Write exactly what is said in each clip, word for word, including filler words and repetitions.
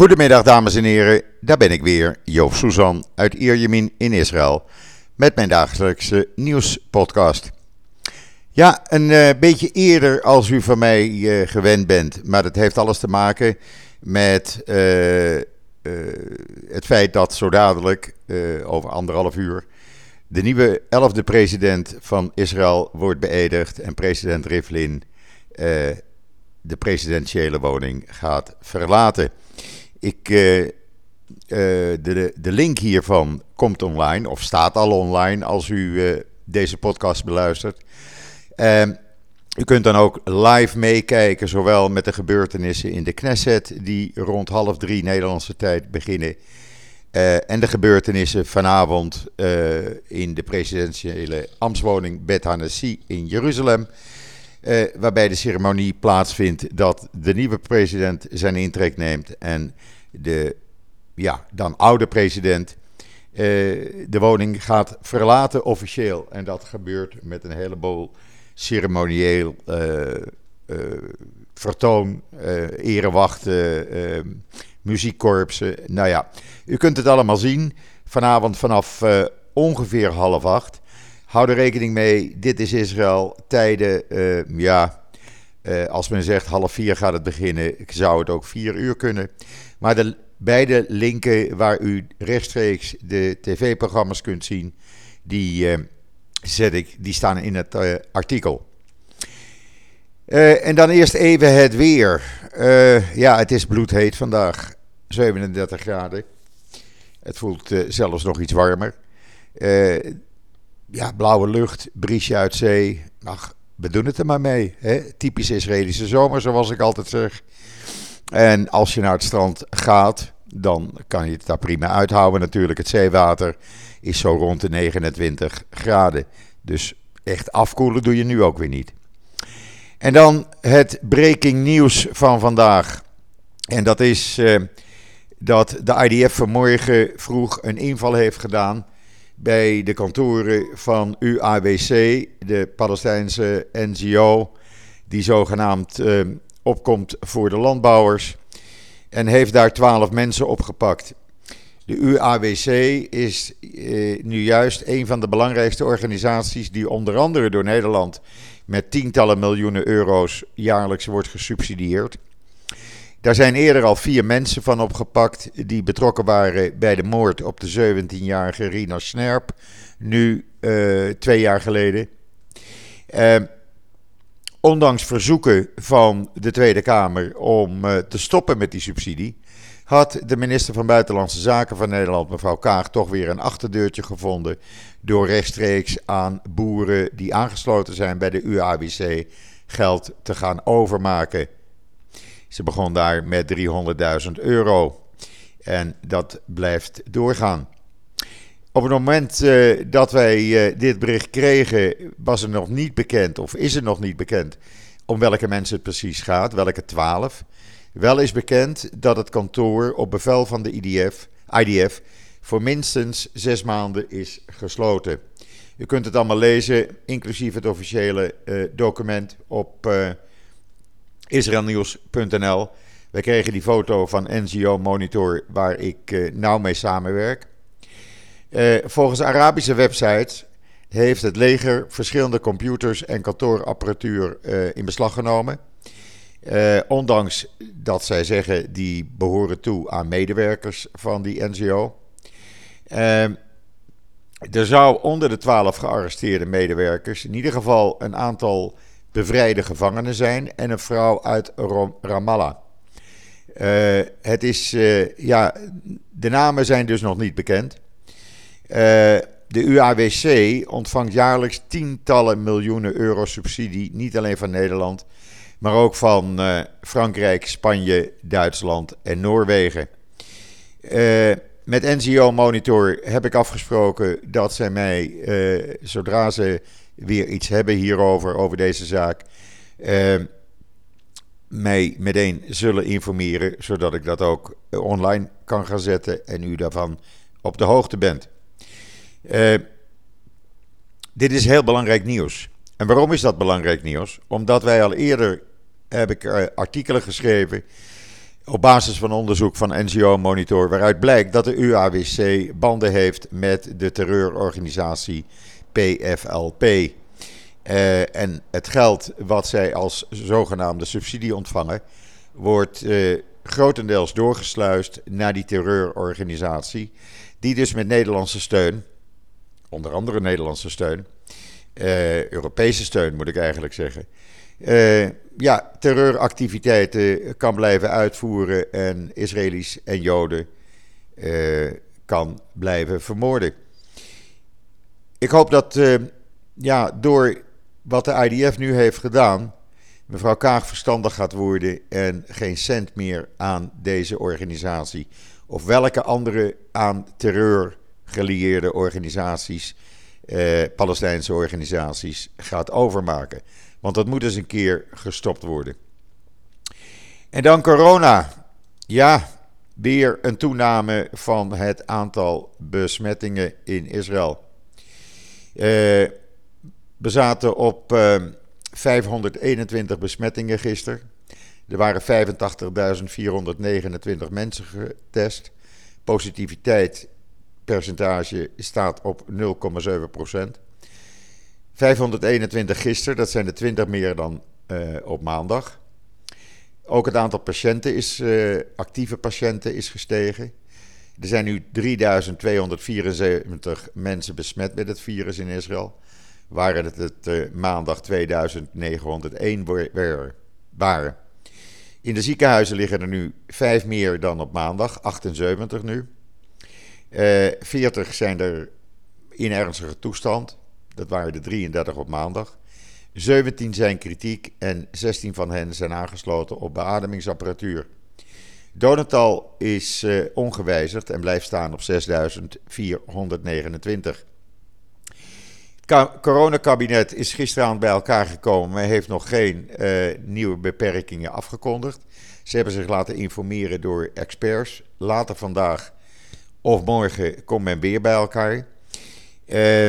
Goedemiddag dames en heren, daar ben ik weer, Joop Suzan uit Ierjemien in Israël met mijn dagelijkse nieuwspodcast. Ja, een uh, beetje eerder als u van mij uh, gewend bent, maar dat heeft alles te maken met uh, uh, het feit dat zo dadelijk, uh, over anderhalf uur, de nieuwe elfde president van Israël wordt beëdigd en president Rivlin uh, de presidentiële woning gaat verlaten. Ik, uh, uh, de, de link hiervan komt online, of staat al online als u uh, deze podcast beluistert. Uh, u kunt dan ook live meekijken, zowel met de gebeurtenissen in de Knesset, die rond half drie Nederlandse tijd beginnen. Uh, en de gebeurtenissen vanavond uh, in de presidentiële ambtswoning Bet Hanassi in Jeruzalem. Uh, waarbij de ceremonie plaatsvindt dat de nieuwe president zijn intrek neemt en de ja, dan oude president uh, de woning gaat verlaten officieel. En dat gebeurt met een heleboel ceremonieel uh, uh, vertoon, uh, erewachten, uh, muziekkorpsen. Nou ja, u kunt het allemaal zien vanavond vanaf uh, ongeveer half acht. Hou er rekening mee, dit is Israël, tijden, uh, ja, uh, als men zegt half vier gaat het beginnen, zou het ook vier uur kunnen. Maar de beide linken waar u rechtstreeks de tv-programma's kunt zien, die uh, zet ik, die staan in het uh, artikel. Uh, en dan eerst even het weer. Uh, ja, het is bloedheet vandaag, zevenendertig graden. Het voelt uh, zelfs nog iets warmer. Uh, Ja, blauwe lucht, briesje uit zee. Ach, we doen het er maar mee. Hè? Typisch Israëlische zomer, zoals ik altijd zeg. En als je naar het strand gaat, dan kan je het daar prima uithouden natuurlijk. Het zeewater is zo rond de negenentwintig graden. Dus echt afkoelen doe je nu ook weer niet. En dan het breaking nieuws van vandaag. En dat is uh, dat de I D F vanmorgen vroeg een inval heeft gedaan bij de kantoren van U A W C, de Palestijnse N G O, die zogenaamd uh, opkomt voor de landbouwers, en heeft daar twaalf mensen opgepakt. De U A W C is uh, nu juist een van de belangrijkste organisaties die onder andere door Nederland met tientallen miljoenen euro's jaarlijks wordt gesubsidieerd. Daar zijn eerder al vier mensen van opgepakt die betrokken waren bij de moord op de zeventienjarige Rina Snerp, nu uh, twee jaar geleden. Uh, ondanks verzoeken van de Tweede Kamer om uh, te stoppen met die subsidie, had de minister van Buitenlandse Zaken van Nederland, mevrouw Kaag, toch weer een achterdeurtje gevonden door rechtstreeks aan boeren die aangesloten zijn bij de U A W C geld te gaan overmaken. Ze begon daar met driehonderdduizend euro. En dat blijft doorgaan. Op het moment uh, dat wij uh, dit bericht kregen, was het nog niet bekend, of is het nog niet bekend, om welke mensen het precies gaat, welke twaalf. Wel is bekend dat het kantoor op bevel van de I D F, I D F voor minstens zes maanden is gesloten. U kunt het allemaal lezen, inclusief het officiële uh, document op Uh, israelnieuws punt n l. Wij kregen die foto van N G O Monitor, waar ik uh, nauw mee samenwerk. Uh, volgens Arabische websites heeft het leger verschillende computers en kantoorapparatuur uh, in beslag genomen. Uh, ondanks dat zij zeggen die behoren toe aan medewerkers van die N G O. Uh, er zou onder de twaalf gearresteerde medewerkers in ieder geval een aantal bevrijde gevangenen zijn en een vrouw uit Ramallah. Uh, het is, uh, ja, de namen zijn dus nog niet bekend. Uh, de U A W C ontvangt jaarlijks tientallen miljoenen euro subsidie, niet alleen van Nederland, maar ook van uh, Frankrijk, Spanje, Duitsland en Noorwegen. Uh, met N G O Monitor heb ik afgesproken dat zij mij, uh, zodra ze weer iets hebben hierover, over deze zaak, uh, mij meteen zullen informeren, zodat ik dat ook online kan gaan zetten en u daarvan op de hoogte bent. Uh, dit is heel belangrijk nieuws. En waarom is dat belangrijk nieuws? Omdat wij al eerder, heb ik uh, artikelen geschreven, Op basis van onderzoek van N G O Monitor, waaruit blijkt dat de U A W C banden heeft met de terreurorganisatie P F L P. Uh, en het geld wat zij als zogenaamde subsidie ontvangen, wordt uh, grotendeels doorgesluist naar die terreurorganisatie, die dus met Nederlandse steun, onder andere Nederlandse steun, uh, Europese steun moet ik eigenlijk zeggen, uh, ja, terreuractiviteiten kan blijven uitvoeren en Israëli's en Joden uh, kan blijven vermoorden. Ik hoop dat uh, ja, door wat de I D F nu heeft gedaan, mevrouw Kaag verstandig gaat worden en geen cent meer aan deze organisatie of welke andere aan terreur gelieerde organisaties, eh, Palestijnse organisaties, gaat overmaken. Want dat moet eens een keer gestopt worden. En dan corona. Ja, weer een toename van het aantal besmettingen in Israël. Eh, we zaten op uh, vijfhonderdeenentwintig besmettingen gisteren. Er waren vijfentachtigduizend vierhonderdnegenentwintig mensen getest. Positiviteitspercentage staat op nul komma zeven procent. vijfhonderdeenentwintig gisteren, dat zijn er twintig meer dan uh, op maandag. Ook het aantal patiënten is, uh, actieve patiënten is gestegen. Er zijn nu drieduizend tweehonderdvierenzeventig mensen besmet met het virus in Israël. Waren het het uh, maandag tweeduizend negenhonderdéén waren. In de ziekenhuizen liggen er nu vijf meer dan op maandag, achtenzeventig nu. Uh, veertig zijn er in ernstige toestand. Dat waren er drieëndertig op maandag. zeventien zijn kritiek en zestien van hen zijn aangesloten op beademingsapparatuur. Dodental is uh, ongewijzigd en blijft staan op zesduizend vierhonderdnegenentwintig. Het coronakabinet is gisteravond bij elkaar gekomen, maar heeft nog geen uh, nieuwe beperkingen afgekondigd. Ze hebben zich laten informeren door experts. Later vandaag of morgen komt men weer bij elkaar. Uh,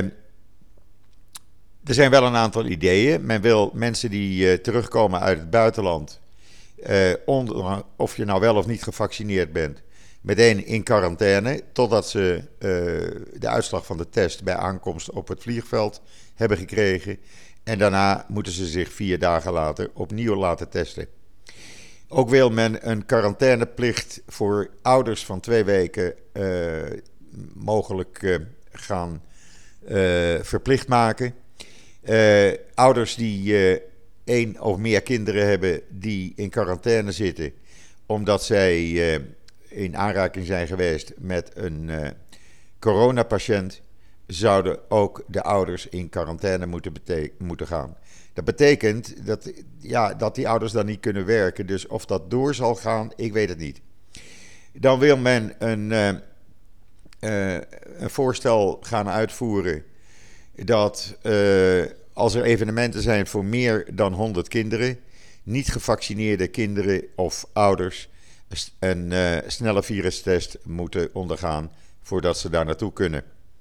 er zijn wel een aantal ideeën. Men wil mensen die uh, terugkomen uit het buitenland, uh, onder, of je nou wel of niet gevaccineerd bent, meteen in quarantaine, totdat ze uh, de uitslag van de test bij aankomst op het vliegveld hebben gekregen. En daarna moeten ze zich vier dagen later opnieuw laten testen. Ook wil men een quarantaineplicht voor ouders van twee weken uh, mogelijk uh, gaan uh, verplicht maken. Uh, ouders die uh, één of meer kinderen hebben die in quarantaine zitten, omdat zij Uh, in aanraking zijn geweest met een uh, coronapatiënt, zouden ook de ouders in quarantaine moeten, bete- moeten gaan. Dat betekent dat, ja, dat die ouders dan niet kunnen werken. Dus of dat door zal gaan, ik weet het niet. Dan wil men een, uh, uh, een voorstel gaan uitvoeren dat uh, als er evenementen zijn voor meer dan honderd kinderen, niet gevaccineerde kinderen of ouders een uh, snelle virustest moeten ondergaan voordat ze daar naartoe kunnen.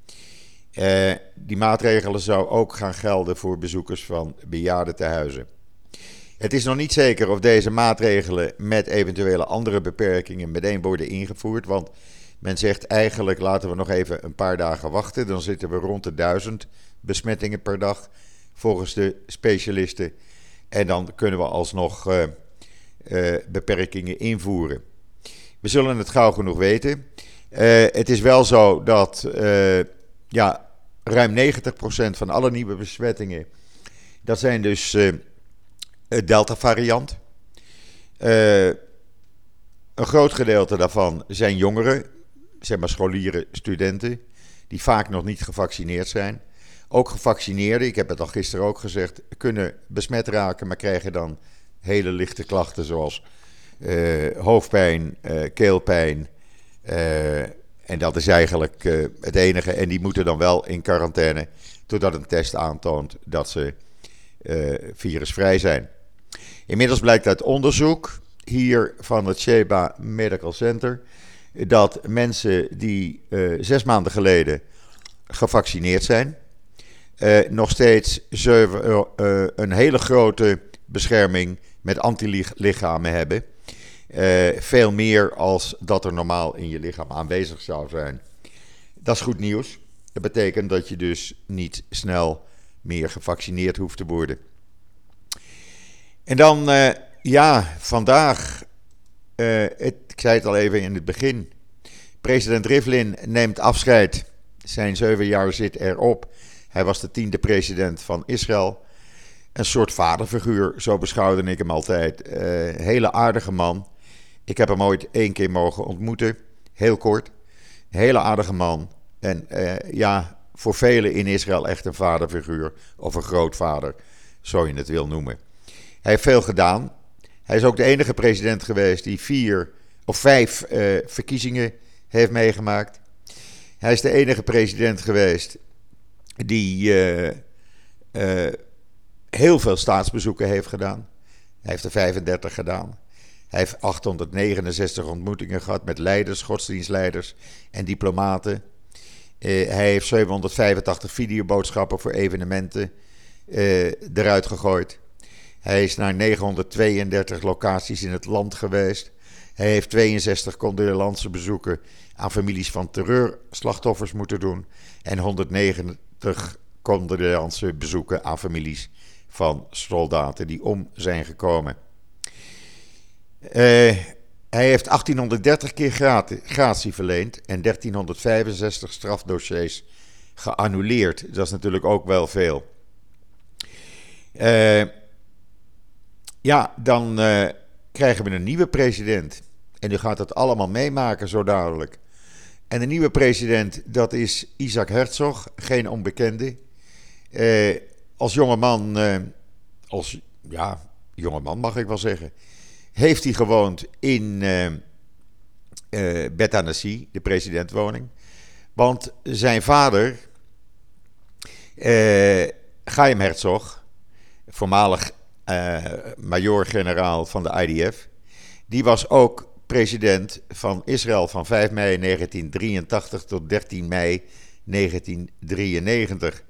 Uh, die maatregelen zou ook gaan gelden voor bezoekers van bejaardentehuizen. Het is nog niet zeker of deze maatregelen met eventuele andere beperkingen meteen worden ingevoerd, want men zegt eigenlijk laten we nog even een paar dagen wachten, dan zitten we rond de duizend besmettingen per dag volgens de specialisten en dan kunnen we alsnog Uh, Uh, beperkingen invoeren. We zullen het gauw genoeg weten. Uh, het is wel zo dat uh, ja, ruim negentig procent van alle nieuwe besmettingen, dat zijn dus uh, het Delta-variant. Uh, een groot gedeelte daarvan zijn jongeren, zeg maar scholieren, studenten, die vaak nog niet gevaccineerd zijn. Ook gevaccineerden, ik heb het al gisteren ook gezegd, kunnen besmet raken, maar krijgen dan hele lichte klachten zoals uh, hoofdpijn, uh, keelpijn. Uh, en dat is eigenlijk uh, het enige. En die moeten dan wel in quarantaine totdat een test aantoont dat ze uh, virusvrij zijn. Inmiddels blijkt uit onderzoek hier van het Sheba Medical Center dat mensen die uh, zes maanden geleden gevaccineerd zijn, uh, nog steeds zeven, uh, uh, een hele grote bescherming met antilichamen hebben. Uh, veel meer als dat er normaal in je lichaam aanwezig zou zijn. Dat is goed nieuws. Dat betekent dat je dus niet snel meer gevaccineerd hoeft te worden. En dan, uh, ja, vandaag, uh, het, ik zei het al even in het begin. President Rivlin neemt afscheid. Zijn zeven jaar zit erop. Hij was de tiende president van Israël. Een soort vaderfiguur, zo beschouwde ik hem altijd. Uh, hele aardige man. Ik heb hem ooit één keer mogen ontmoeten. Heel kort. Hele aardige man. En uh, ja, voor velen in Israël echt een vaderfiguur. Of een grootvader, zo je het wil noemen. Hij heeft veel gedaan. Hij is ook de enige president geweest die vier of vijf uh, verkiezingen heeft meegemaakt. Hij is de enige president geweest die uh, uh, heel veel staatsbezoeken heeft gedaan. Hij heeft er vijfendertig gedaan. Hij heeft achthonderdnegenenzestig ontmoetingen gehad met leiders, godsdienstleiders en diplomaten. Uh, hij heeft zevenhonderdvijfentachtig videoboodschappen voor evenementen uh, eruit gegooid. Hij is naar negenhonderdtweeëndertig locaties in het land geweest. Hij heeft tweeënzestig condolence bezoeken aan families van terreurslachtoffers moeten doen. En honderdnegentig condolence bezoeken aan families van soldaten die om zijn gekomen. Uh, hij heeft achttienhonderddertig keer gratie verleend en dertienhonderdvijfenzestig strafdossiers geannuleerd. Dat is natuurlijk ook wel veel. Uh, ja, dan uh, krijgen we een nieuwe president. En u gaat het allemaal meemaken zo dadelijk. En de nieuwe president, dat is Isaac Herzog, geen onbekende. Uh, als jongeman, uh, als, ja, jongeman mag ik wel zeggen, heeft hij gewoond in uh, uh, Bet Annecy, de presidentwoning. Want zijn vader, uh, Chaim Herzog, voormalig uh, majoor-generaal van de I D F, die was ook president van Israël van vijf mei negentien drieëntachtig tot dertien mei negentien drieënnegentig.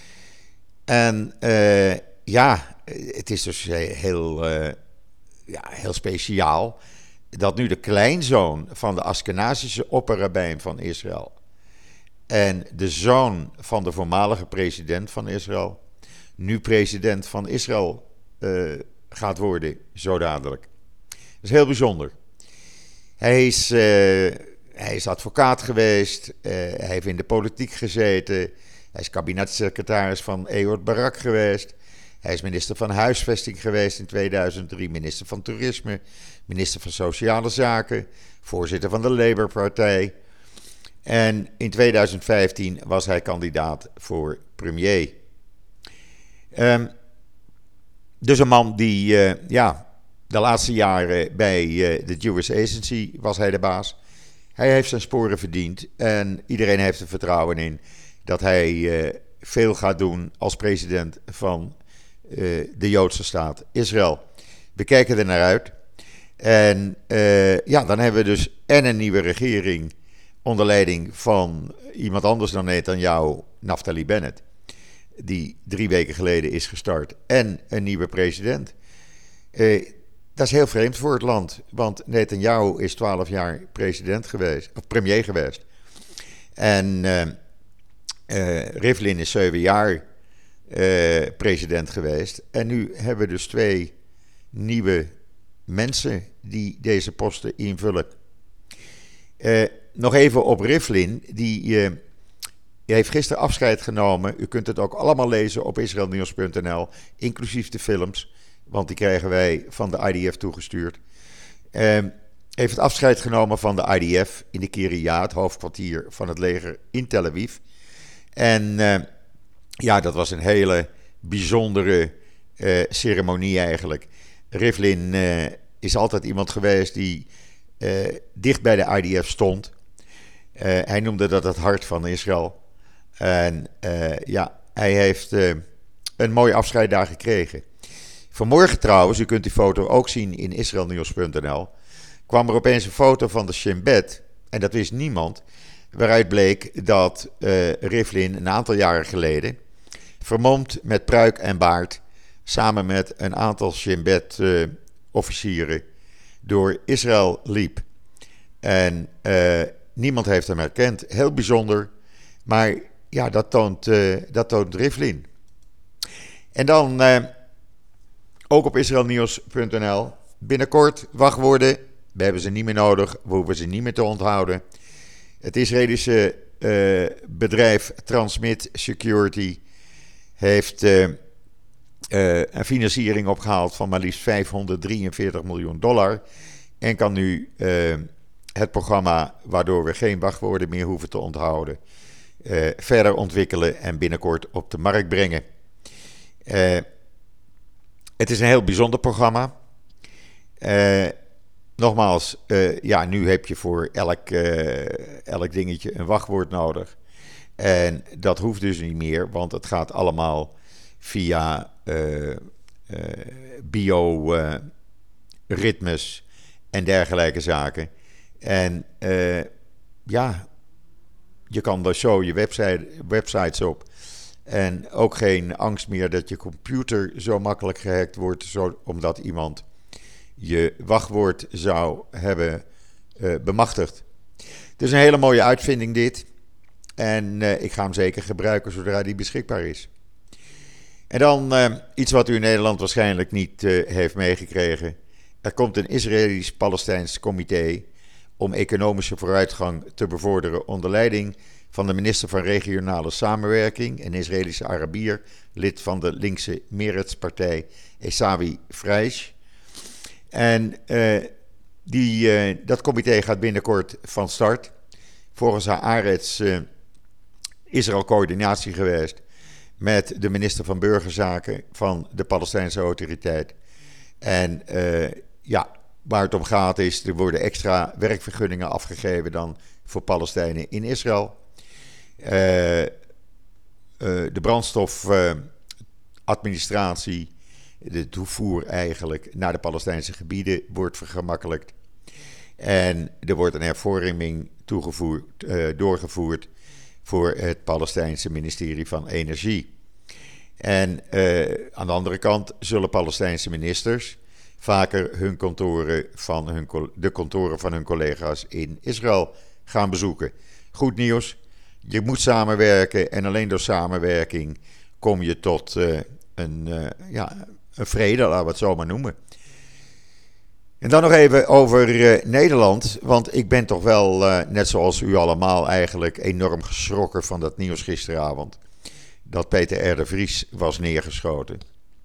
En uh, ja, het is dus heel, uh, ja, heel speciaal dat nu de kleinzoon van de Askenazische opperrabijn van Israël en de zoon van de voormalige president van Israël nu president van Israël uh, gaat worden, zo dadelijk. Dat is heel bijzonder. Hij is, uh, hij is advocaat geweest, uh, hij heeft in de politiek gezeten, hij is kabinetssecretaris van Ehud Barak geweest, hij is minister van Huisvesting geweest in tweeduizend drie, minister van Toerisme, minister van Sociale Zaken, voorzitter van de Labour-partij. En in tweeduizend vijftien was hij kandidaat voor premier. Um, dus een man die, uh, ja, de laatste jaren bij uh, de Jewish Agency was hij de baas. Hij heeft zijn sporen verdiend en iedereen heeft er vertrouwen in dat hij uh, veel gaat doen als president van uh, de Joodse staat Israël. We kijken er naar uit. En uh, ja, dan hebben we dus en een nieuwe regering onder leiding van iemand anders dan Netanyahu, Naftali Bennett, die drie weken geleden is gestart, en een nieuwe president. Uh, dat is heel vreemd voor het land, want Netanyahu is twaalf jaar president geweest, of premier geweest. En uh, uh, Rivlin is zeven jaar uh, president geweest. En nu hebben we dus twee nieuwe mensen die deze posten invullen. Uh, nog even op Rivlin, die... Uh, Hij heeft gisteren afscheid genomen. U kunt het ook allemaal lezen op israel nieuws punt n l, inclusief de films, want die krijgen wij van de I D F toegestuurd. Hij uh, heeft afscheid genomen van de I D F in de Kiryat, het hoofdkwartier van het leger in Tel Aviv. En uh, ja, dat was een hele bijzondere uh, ceremonie eigenlijk. Rivlin uh, is altijd iemand geweest die uh, dicht bij de I D F stond. Uh, hij noemde dat het hart van Israël. En uh, ja, hij heeft uh, een mooi afscheid daar gekregen. Vanmorgen trouwens, u kunt die foto ook zien in israel nieuws punt n l, kwam er opeens een foto van de Shin Bet, en dat wist niemand, waaruit bleek dat uh, Rivlin een aantal jaren geleden, vermomd met pruik en baard, samen met een aantal Shin Bet uh, officieren, door Israël liep. En uh, niemand heeft hem herkend. Heel bijzonder. Maar ja, dat toont, uh, dat toont Rivlin. En dan uh, ook op israelnieuws punt n l. Binnenkort wachtwoorden. We hebben ze niet meer nodig. We hoeven ze niet meer te onthouden. Het Israëlische uh, bedrijf Transmit Security heeft uh, uh, een financiering opgehaald van maar liefst vijfhonderddrieënveertig miljoen dollar. En kan nu uh, het programma, waardoor we geen wachtwoorden meer hoeven te onthouden, uh, verder ontwikkelen en binnenkort op de markt brengen. Uh, het is een heel bijzonder programma. Uh, nogmaals, uh, ja, nu heb je voor elk, uh, elk dingetje een wachtwoord nodig. En dat hoeft dus niet meer, want het gaat allemaal via uh, uh, bioritmes uh, en dergelijke zaken. En uh, ja, je kan daar zo je website, websites op. En ook geen angst meer dat je computer zo makkelijk gehackt wordt, zo, omdat iemand je wachtwoord zou hebben uh, bemachtigd. Het is een hele mooie uitvinding dit. En uh, ik ga hem zeker gebruiken zodra die beschikbaar is. En dan uh, iets wat u in Nederland waarschijnlijk niet uh, heeft meegekregen. Er komt een Israëlisch-Palestijns comité om economische vooruitgang te bevorderen onder leiding van de minister van Regionale Samenwerking, een Israëlische Arabier, lid van de linkse Meretz-partij, Esawi Freish. En uh, die, uh, dat comité gaat binnenkort van start. Volgens Haaretz uh, is er al coördinatie geweest met de minister van Burgerzaken van de Palestijnse Autoriteit. En uh, ja, waar het om gaat is, er worden extra werkvergunningen afgegeven dan voor Palestijnen in Israël. Uh, uh, de brandstofadministratie, uh, de toevoer eigenlijk naar de Palestijnse gebieden wordt vergemakkelijkt. En er wordt een hervorming toegevoerd, uh, doorgevoerd voor het Palestijnse ministerie van Energie. En uh, aan de andere kant zullen Palestijnse ministers vaker hun kantoren van hun, de kantoren van hun collega's in Israël gaan bezoeken. Goed nieuws. Je moet samenwerken en alleen door samenwerking kom je tot uh, een, uh, ja, een vrede, laten we het zo maar noemen. En dan nog even over uh, Nederland, want ik ben toch wel, uh, net zoals u allemaal eigenlijk, enorm geschrokken van dat nieuws gisteravond. Dat Peter R. de Vries was neergeschoten.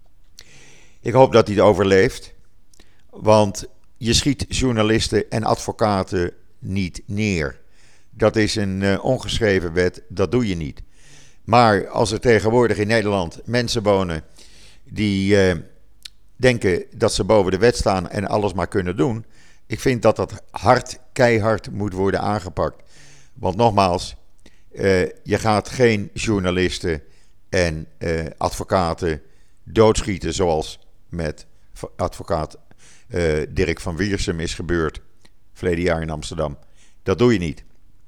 Ik hoop dat hij het overleeft, want je schiet journalisten en advocaten niet neer. Dat is een uh, ongeschreven wet, dat doe je niet. Maar als er tegenwoordig in Nederland mensen wonen die uh, denken dat ze boven de wet staan en alles maar kunnen doen, ik vind dat dat hard, keihard moet worden aangepakt. Want nogmaals, uh, je gaat geen journalisten en uh, advocaten doodschieten zoals met advocaat uh, Dirk van Wiersum is gebeurd verleden jaar in Amsterdam. Dat doe je niet.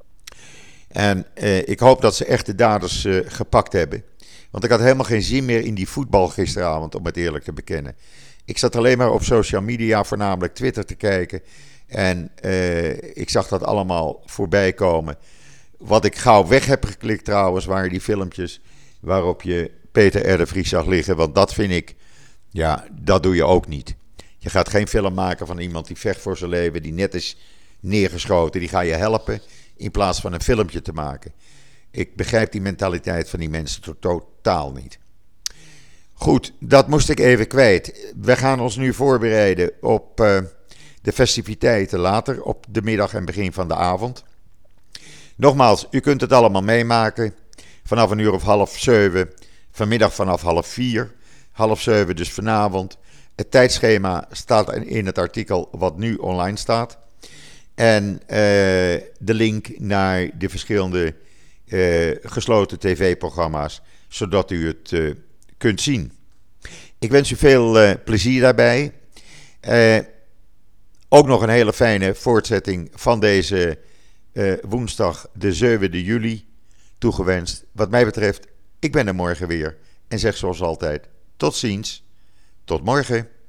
En uh, ik hoop dat ze echt de daders uh, gepakt hebben. Want ik had helemaal geen zin meer in die voetbal gisteravond, om het eerlijk te bekennen. Ik zat alleen maar op social media, voornamelijk Twitter, te kijken. En uh, ik zag dat allemaal voorbij komen. Wat ik gauw weg heb geklikt trouwens, waren die filmpjes waarop je Peter R. de Vries zag liggen. Want dat vind ik, ja, dat doe je ook niet. Je gaat geen film maken van iemand die vecht voor zijn leven, die net is neergeschoten. Die ga je helpen in plaats van een filmpje te maken. Ik begrijp die mentaliteit van die mensen totaal niet. Goed, dat moest ik even kwijt. We gaan ons nu voorbereiden op uh, de festiviteiten later, op de middag en begin van de avond. Nogmaals, u kunt het allemaal meemaken. Vanaf een uur of half zeven, vanmiddag vanaf half vier, half zeven dus vanavond. Het tijdschema staat in het artikel wat nu online staat. En uh, de link naar de verschillende uh, gesloten tv-programma's, zodat u het uh, kunt zien. Ik wens u veel uh, plezier daarbij. Uh, ook nog een hele fijne voortzetting van deze uh, woensdag, de zevende juli, toegewenst. Wat mij betreft, ik ben er morgen weer en zeg zoals altijd, tot ziens, tot morgen.